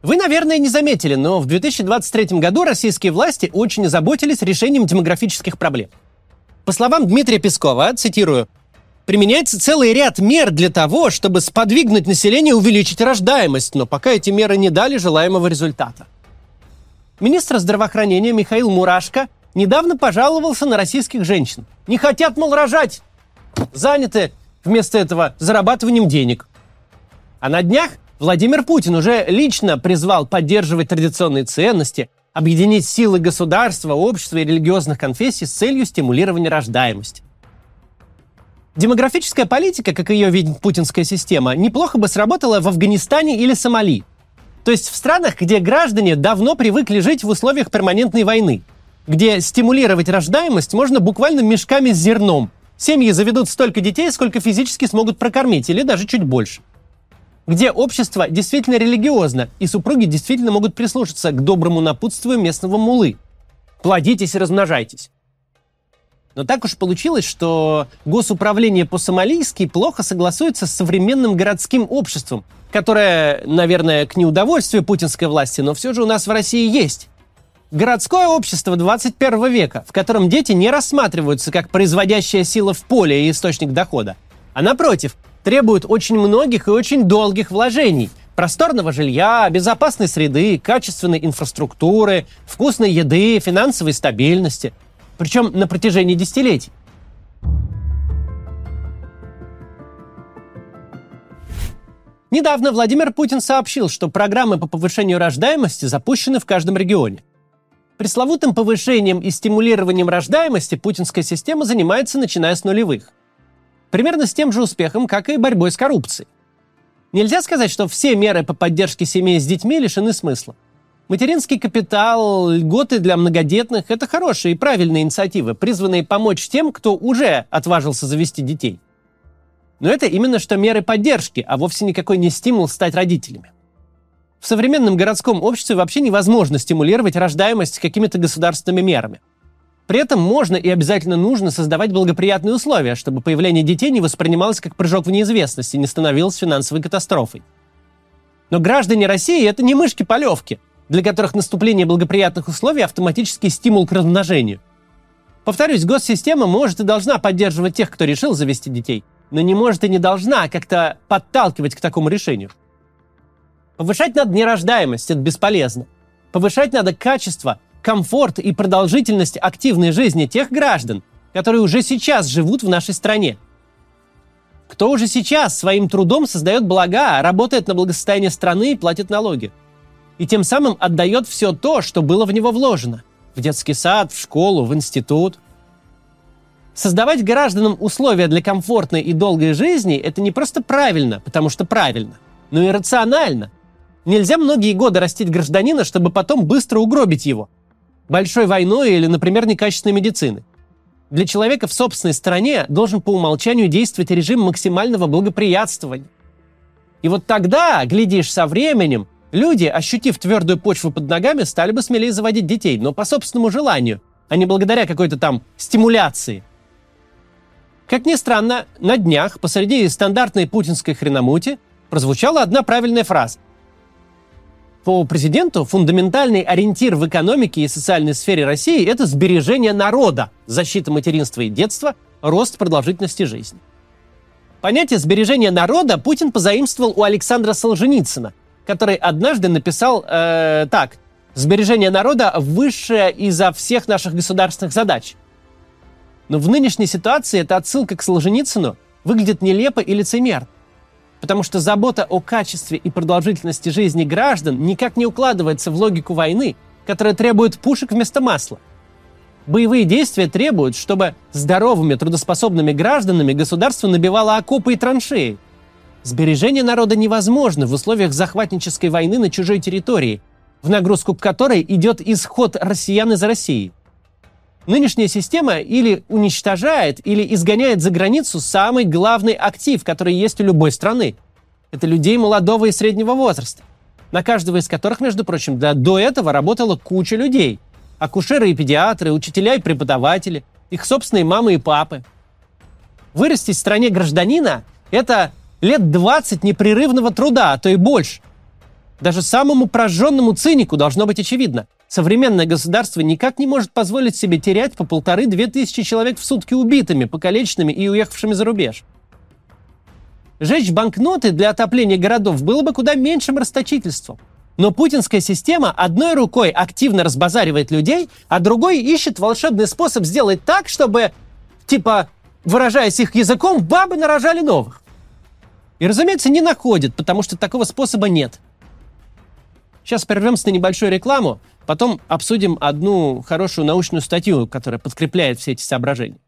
Вы, наверное, не заметили, но в 2023 году российские власти очень озаботились решением демографических проблем. По словам Дмитрия Пескова, цитирую, «применяется целый ряд мер для того, чтобы сподвигнуть население увеличить рождаемость, но пока эти меры не дали желаемого результата». Министр здравоохранения Михаил Мурашко недавно пожаловался на российских женщин. Не хотят, мол, рожать. Заняты вместо этого зарабатыванием денег. А на днях Владимир Путин уже лично призвал поддерживать традиционные ценности, объединить силы государства, общества и религиозных конфессий с целью стимулирования рождаемости. Демографическая политика, как ее видит путинская система, неплохо бы сработала в Афганистане или Сомали. То есть в странах, где граждане давно привыкли жить в условиях перманентной войны, где стимулировать рождаемость можно буквально мешками с зерном. Семьи заведут столько детей, сколько физически смогут прокормить, или даже чуть больше. Где общество действительно религиозно, и супруги действительно могут прислушаться к доброму напутствию местного муллы. Плодитесь и размножайтесь. Но так уж получилось, что госуправление по-сомалийски плохо согласуется с современным городским обществом, которое, наверное, к неудовольствию путинской власти, но все же у нас в России есть. Городское общество 21 века, в котором дети не рассматриваются как производящая сила в поле и источник дохода, а напротив, требуют очень многих и очень долгих вложений, просторного жилья, безопасной среды, качественной инфраструктуры, вкусной еды, финансовой стабильности. Причем на протяжении десятилетий. Недавно Владимир Путин сообщил, что программы по повышению рождаемости запущены в каждом регионе. Пресловутым повышением и стимулированием рождаемости путинская система занимается, начиная с нулевых. Примерно с тем же успехом, как и борьбой с коррупцией. Нельзя сказать, что все меры по поддержке семей с детьми лишены смысла. Материнский капитал, льготы для многодетных – это хорошие и правильные инициативы, призванные помочь тем, кто уже отважился завести детей. Но это именно что меры поддержки, а вовсе никакой не стимул стать родителями. В современном городском обществе вообще невозможно стимулировать рождаемость какими-то государственными мерами. При этом можно и обязательно нужно создавать благоприятные условия, чтобы появление детей не воспринималось как прыжок в неизвестность и не становилось финансовой катастрофой. Но граждане России – это не мышки-полевки, для которых наступление благоприятных условий – автоматический стимул к размножению. Повторюсь, госсистема может и должна поддерживать тех, кто решил завести детей, но не может и не должна как-то подталкивать к такому решению. Повышать надо не рождаемость, это бесполезно. Повышать надо качество, комфорт и продолжительность активной жизни тех граждан, которые уже сейчас живут в нашей стране. Кто уже сейчас своим трудом создает блага, работает на благосостояние страны и платит налоги. И тем самым отдает все то, что было в него вложено. В детский сад, в школу, в институт. Создавать гражданам условия для комфортной и долгой жизни – это не просто правильно, потому что правильно, но и рационально. Нельзя многие годы растить гражданина, чтобы потом быстро угробить его. Большой войной или, например, некачественной медицины. Для человека в собственной стране должен по умолчанию действовать режим максимального благоприятствования. И вот тогда, глядишь, со временем, люди, ощутив твердую почву под ногами, стали бы смелее заводить детей, но по собственному желанию, а не благодаря какой-то там стимуляции. Как ни странно, на днях посреди стандартной путинской хреномути прозвучала одна правильная фраза. По президенту фундаментальный ориентир в экономике и социальной сфере России – это сбережение народа, защита материнства и детства, рост продолжительности жизни. Понятие сбережения народа Путин позаимствовал у Александра Солженицына, который однажды написал так: «Сбережение народа – высшая изо всех наших государственных задач». Но в нынешней ситуации эта отсылка к Солженицыну выглядит нелепо и лицемерно. Потому что забота о качестве и продолжительности жизни граждан никак не укладывается в логику войны, которая требует пушек вместо масла. Боевые действия требуют, чтобы здоровыми, трудоспособными гражданами государство набивало окопы и траншеи. Сбережение народа невозможно в условиях захватнической войны на чужой территории, в нагрузку к которой идет исход россиян из России. Нынешняя система или уничтожает, или изгоняет за границу самый главный актив, который есть у любой страны. Это людей молодого и среднего возраста, на каждого из которых, между прочим, до этого работала куча людей. Акушеры и педиатры, учителя и преподаватели, их собственные мамы и папы. Вырастить в стране гражданина – это лет 20 непрерывного труда, а то и больше. Даже самому прожженному цинику должно быть очевидно. Современное государство никак не может позволить себе терять по 1500-2000 тысячи человек в сутки убитыми, покалеченными и уехавшими за рубеж. Жечь банкноты для отопления городов было бы куда меньшим расточительством. Но путинская система одной рукой активно разбазаривает людей, а другой ищет волшебный способ сделать так, чтобы, выражаясь их языком, бабы нарожали новых. И, разумеется, не находит, потому что такого способа нет. Сейчас прервемся на небольшую рекламу, потом обсудим одну хорошую научную статью, которая подкрепляет все эти соображения.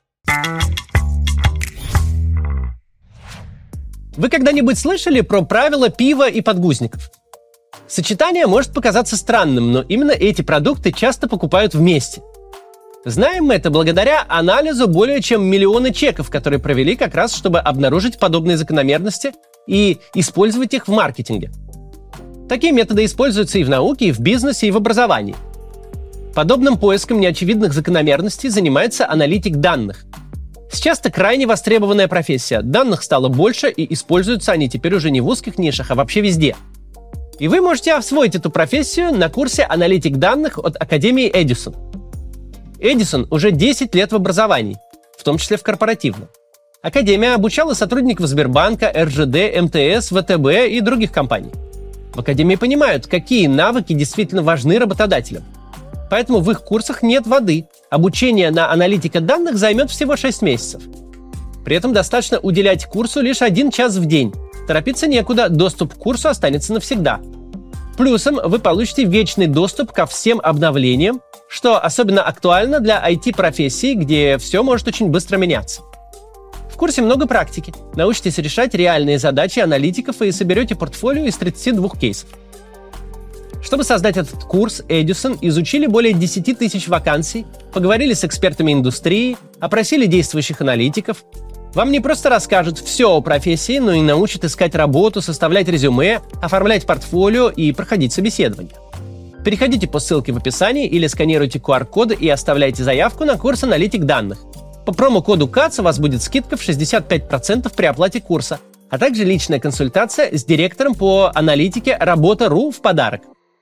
Вы когда-нибудь слышали про правила пива и подгузников? Сочетание может показаться странным, но именно эти продукты часто покупают вместе. Знаем мы это благодаря анализу более чем миллиона чеков, которые провели как раз, чтобы обнаружить подобные закономерности и использовать их в маркетинге. Такие методы используются и в науке, и в бизнесе, и в образовании. Подобным поиском неочевидных закономерностей занимается аналитик данных. Сейчас это крайне востребованная профессия. Данных стало больше, и используются они теперь уже не в узких нишах, а вообще везде. И вы можете освоить эту профессию на курсе «Аналитик данных» от Академии Эдисон. Эдисон уже 10 лет в образовании, в том числе в корпоративном. Академия обучала сотрудников Сбербанка, РЖД, МТС, ВТБ и других компаний. В Академии понимают, какие навыки действительно важны работодателям. Поэтому в их курсах нет воды. Обучение на аналитика данных займет всего 6 месяцев. При этом достаточно уделять курсу лишь 1 час в день. Торопиться некуда, доступ к курсу останется навсегда. Плюсом вы получите вечный доступ ко всем обновлениям, что особенно актуально для IT-профессий, где все может очень быстро меняться. В курсе много практики. Научитесь решать реальные задачи аналитиков и соберете портфолио из 32 кейсов. Чтобы создать этот курс, Эдисон изучили более 10 тысяч вакансий, поговорили с экспертами индустрии, опросили действующих аналитиков. Вам не просто расскажут все о профессии, но и научат искать работу, составлять резюме, оформлять портфолио и проходить собеседование. Переходите по ссылке в описании или сканируйте QR-коды и оставляйте заявку на курс «Аналитик данных». По промокоду КАЦ у вас будет скидка в 65% при оплате курса, а также личная консультация с директором по аналитике «Работа.ру» в подарок.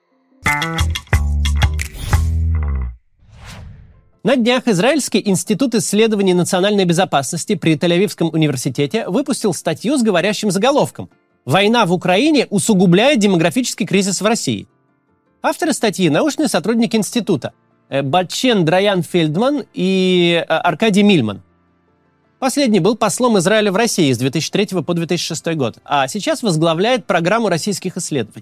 На днях Израильский институт исследований национальной безопасности при Тель-Авивском университете выпустил статью с говорящим заголовком «Война в Украине усугубляет демографический кризис в России». Авторы статьи – научные сотрудники института Батчен Драян Фельдман и Аркадий Мильман. Последний был послом Израиля в России с 2003 по 2006 год, а сейчас возглавляет программу российских исследований.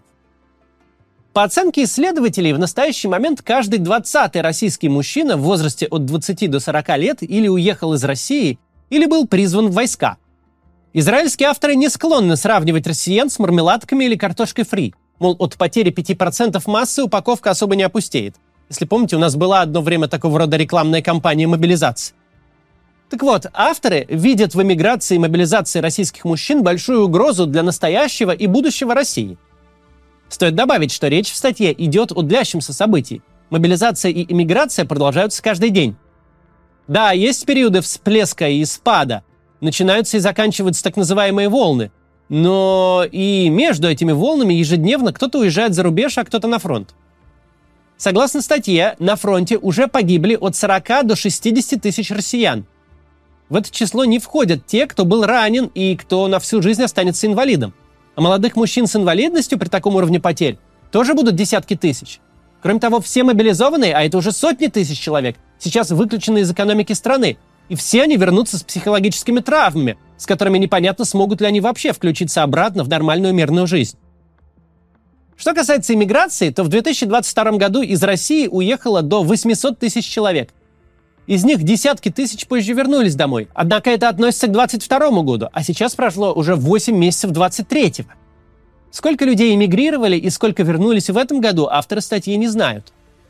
По оценке исследователей, в настоящий момент каждый 20-й российский мужчина в возрасте от 20 до 40 лет или уехал из России, или был призван в войска. Израильские авторы не склонны сравнивать россиян с мармеладками или картошкой фри. Мол, от потери 5% массы упаковка особо не опустеет. Если помните, у нас была одно время такого рода рекламная кампания мобилизации. Так вот, авторы видят в эмиграции и мобилизации российских мужчин большую угрозу для настоящего и будущего России. Стоит добавить, что речь в статье идет о длящемся событии. Мобилизация и эмиграция продолжаются каждый день. Да, есть периоды всплеска и спада, начинаются и заканчиваются так называемые волны, но и между этими волнами ежедневно кто-то уезжает за рубеж, а кто-то на фронт. Согласно статье, на фронте уже погибли от 40 до 60 тысяч россиян. В это число не входят те, кто был ранен и кто на всю жизнь останется инвалидом. А молодых мужчин с инвалидностью при таком уровне потерь тоже будут десятки тысяч. Кроме того, все мобилизованные, а это уже сотни тысяч человек, сейчас выключены из экономики страны. И все они вернутся с психологическими травмами, с которыми непонятно, смогут ли они вообще включиться обратно в нормальную мирную жизнь. Что касается иммиграции, то в 2022 году из России уехало до 800 тысяч человек. Из них десятки тысяч позже вернулись домой. Однако это относится к 2022 году, а сейчас прошло уже 8 месяцев 2023. Сколько людей эмигрировали и сколько вернулись в этом году, авторы статьи не знают.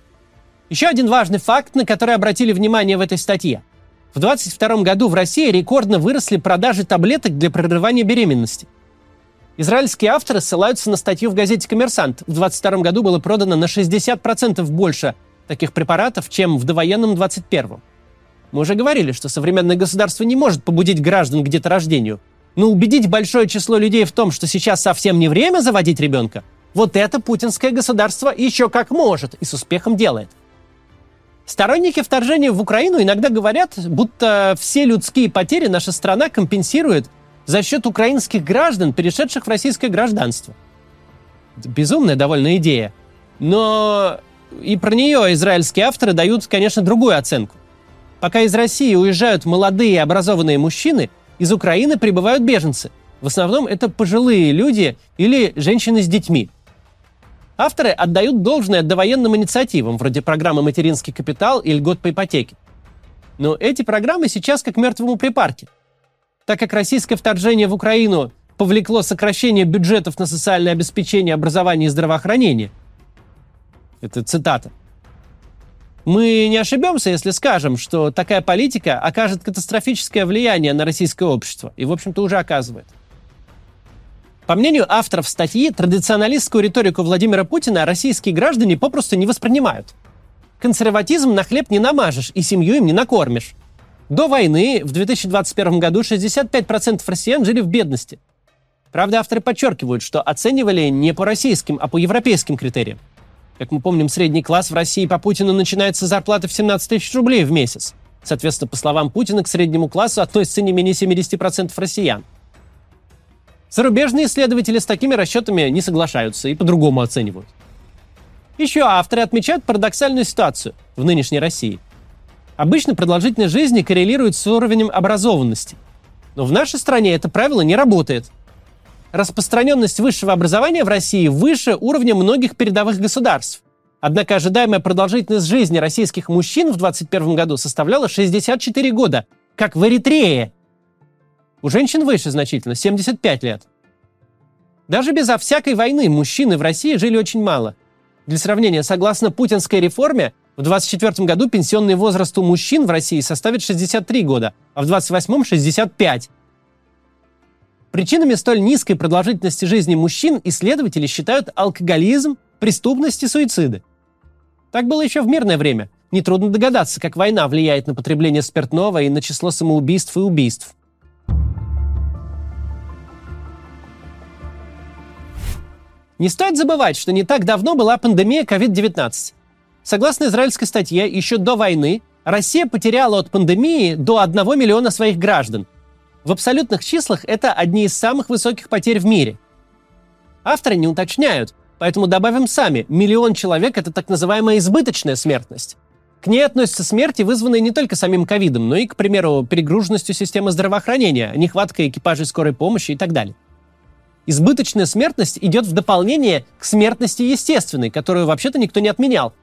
Еще один важный факт, на который обратили внимание в этой статье. В 2022 году в России рекордно выросли продажи таблеток для прерывания беременности. Израильские авторы ссылаются на статью в газете «Коммерсант». В 2022 году было продано на 60% больше таких препаратов, чем в довоенном 21-м. Мы уже говорили, что современное государство не может побудить граждан к деторождению. Но убедить большое число людей в том, что сейчас совсем не время заводить ребенка, Вот это путинское государство еще как может и с успехом делает. Сторонники вторжения в Украину иногда говорят, будто все людские потери наша страна компенсирует за счет украинских граждан, перешедших в российское гражданство. Это безумная довольно идея. Но и про нее израильские авторы дают, конечно, другую оценку. Пока из России уезжают молодые образованные мужчины, из Украины прибывают беженцы. В основном это пожилые люди или женщины с детьми. Авторы отдают должное довоенным инициативам, вроде программы «Материнский капитал» и льгот по ипотеке. Но эти программы сейчас как мертвому припарке. Так как российское вторжение в Украину повлекло сокращение бюджетов на социальное обеспечение, образование и здравоохранение. Это цитата. Мы не ошибемся, если скажем, что такая политика окажет катастрофическое влияние на российское общество. И, в общем-то, уже оказывает. По мнению авторов статьи, традиционалистскую риторику Владимира Путина российские граждане попросту не воспринимают. Консерватизм на хлеб не намажешь и семью им не накормишь. До войны в 2021 году 65% россиян жили в бедности. Правда, авторы подчеркивают, что оценивали не по российским, а по европейским критериям. Как мы помним, средний класс в России по Путину начинается с зарплаты в 17 тысяч рублей в месяц. Соответственно, по словам Путина, к среднему классу относится не менее 70% россиян. Зарубежные исследователи с такими расчетами не соглашаются и по-другому оценивают. Еще авторы отмечают парадоксальную ситуацию в нынешней России. Обычно продолжительность жизни коррелирует с уровнем образованности. Но в нашей стране это правило не работает. Распространенность высшего образования в России выше уровня многих передовых государств. Однако ожидаемая продолжительность жизни российских мужчин в 2021 году составляла 64 года, как в Эритрее. У женщин выше значительно, 75 лет. Даже безо всякой войны мужчины в России жили очень мало. Для сравнения, согласно путинской реформе, в 2024 году пенсионный возраст у мужчин в России составит 63 года, а в 2028 – 65. Причинами столь низкой продолжительности жизни мужчин исследователи считают алкоголизм, преступность и суициды. Так было еще в мирное время. Нетрудно догадаться, как война влияет на потребление спиртного и на число самоубийств и убийств. Не стоит забывать, что не так давно была пандемия COVID-19. Согласно израильской статье, еще до войны Россия потеряла от пандемии до 1 миллиона своих граждан. В абсолютных числах это одни из самых высоких потерь в мире. Авторы не уточняют, поэтому добавим сами: 1 миллион человек – это так называемая избыточная смертность. К ней относятся смерти, вызванные не только самим ковидом, но и, к примеру, перегруженностью системы здравоохранения, нехваткой экипажей скорой помощи и так далее. Избыточная смертность идет в дополнение к смертности естественной, которую вообще-то никто не отменял.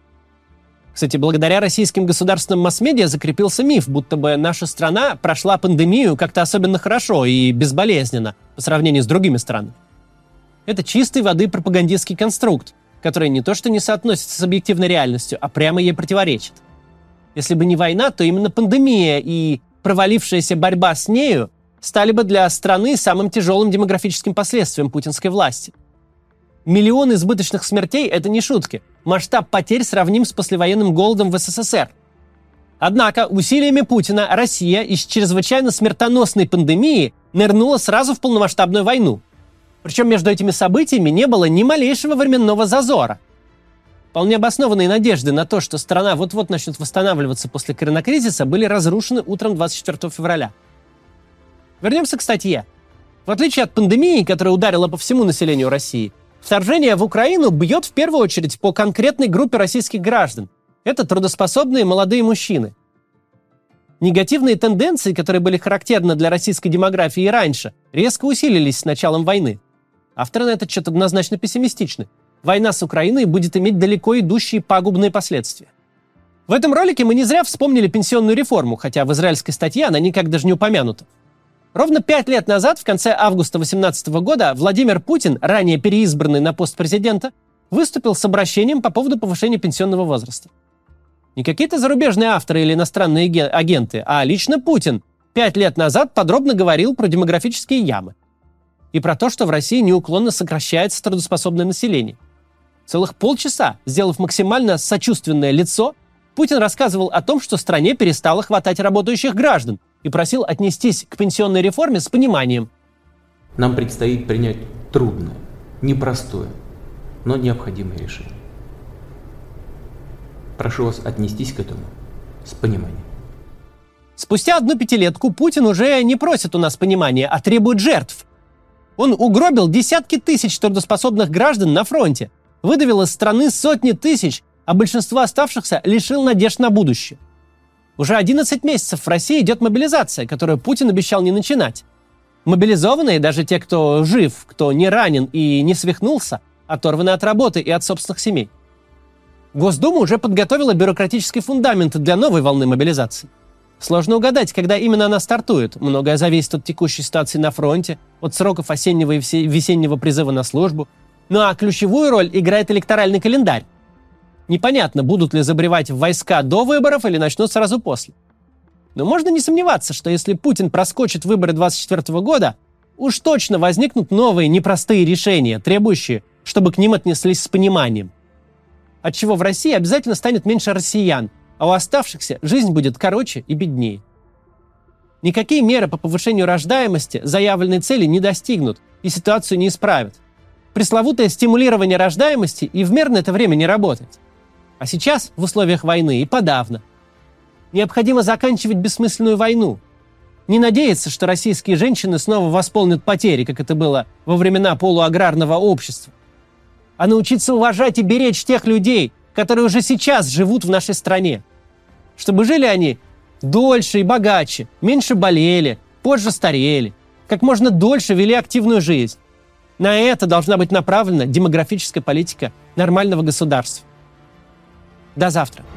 Кстати, благодаря российским государственным масс-медиа закрепился миф, будто бы наша страна прошла пандемию как-то особенно хорошо и безболезненно по сравнению с другими странами. Это чистой воды пропагандистский конструкт, который не то что не соотносится с объективной реальностью, а прямо ей противоречит. Если бы не война, то именно пандемия и провалившаяся борьба с нею стали бы для страны самым тяжелым демографическим последствием путинской власти. Миллион избыточных смертей – это не шутки. Масштаб потерь сравним с послевоенным голодом в СССР. Однако усилиями Путина Россия из чрезвычайно смертоносной пандемии нырнула сразу в полномасштабную войну. Причем между этими событиями не было ни малейшего временного зазора. Вполне обоснованные надежды на то, что страна вот-вот начнет восстанавливаться после коронакризиса, были разрушены утром 24 февраля. Вернемся к статье. В отличие от пандемии, которая ударила по всему населению России, вторжение в Украину бьет в первую очередь по конкретной группе российских граждан. Это трудоспособные молодые мужчины. Негативные тенденции, которые были характерны для российской демографии и раньше, резко усилились с началом войны. Авторы на этот счет однозначно пессимистичны. Война с Украиной будет иметь далеко идущие пагубные последствия. В этом ролике мы не зря вспомнили пенсионную реформу, хотя в израильской статье она никак даже не упомянута. Ровно 5 лет назад, в конце августа 2018 года, Владимир Путин, ранее переизбранный на пост президента, выступил с обращением по поводу повышения пенсионного возраста. Не какие-то зарубежные авторы или иностранные агенты, а лично Путин 5 лет назад подробно говорил про демографические ямы и про то, что в России неуклонно сокращается трудоспособное население. Целых полчаса, сделав максимально сочувственное лицо, Путин рассказывал о том, что стране перестало хватать работающих граждан, и просил отнестись к пенсионной реформе с пониманием. Нам предстоит принять трудное, непростое, но необходимое решение. Прошу вас отнестись к этому с пониманием. Спустя одну пятилетку Путин уже не просит у нас понимания, а требует жертв. Он угробил десятки тысяч трудоспособных граждан на фронте, выдавил из страны сотни тысяч, а большинство оставшихся лишил надежд на будущее. Уже 11 месяцев в России идет мобилизация, которую Путин обещал не начинать. Мобилизованные, даже те, кто жив, кто не ранен и не свихнулся, оторваны от работы и от собственных семей. Госдума уже подготовила бюрократический фундамент для новой волны мобилизации. Сложно угадать, когда именно она стартует. Многое зависит от текущей ситуации на фронте, от сроков осеннего и весеннего призыва на службу. Ну а ключевую роль играет электоральный календарь. Непонятно, будут ли забревать в войска до выборов или начнут сразу после. Но можно не сомневаться, что если Путин проскочит выборы 2024 года, уж точно возникнут новые непростые решения, требующие, чтобы к ним отнеслись с пониманием. Отчего в России обязательно станет меньше россиян, а у оставшихся жизнь будет короче и беднее. Никакие меры по повышению рождаемости заявленной цели не достигнут и ситуацию не исправят. Пресловутое стимулирование рождаемости и в мирное это время не работает. А сейчас, в условиях войны, и подавно. Необходимо заканчивать бессмысленную войну. Не надеяться, что российские женщины снова восполнят потери, как это было во времена полуаграрного общества. А научиться уважать и беречь тех людей, которые уже сейчас живут в нашей стране. Чтобы жили они дольше и богаче, меньше болели, позже старели, как можно дольше вели активную жизнь. На это должна быть направлена демографическая политика нормального государства. До завтра.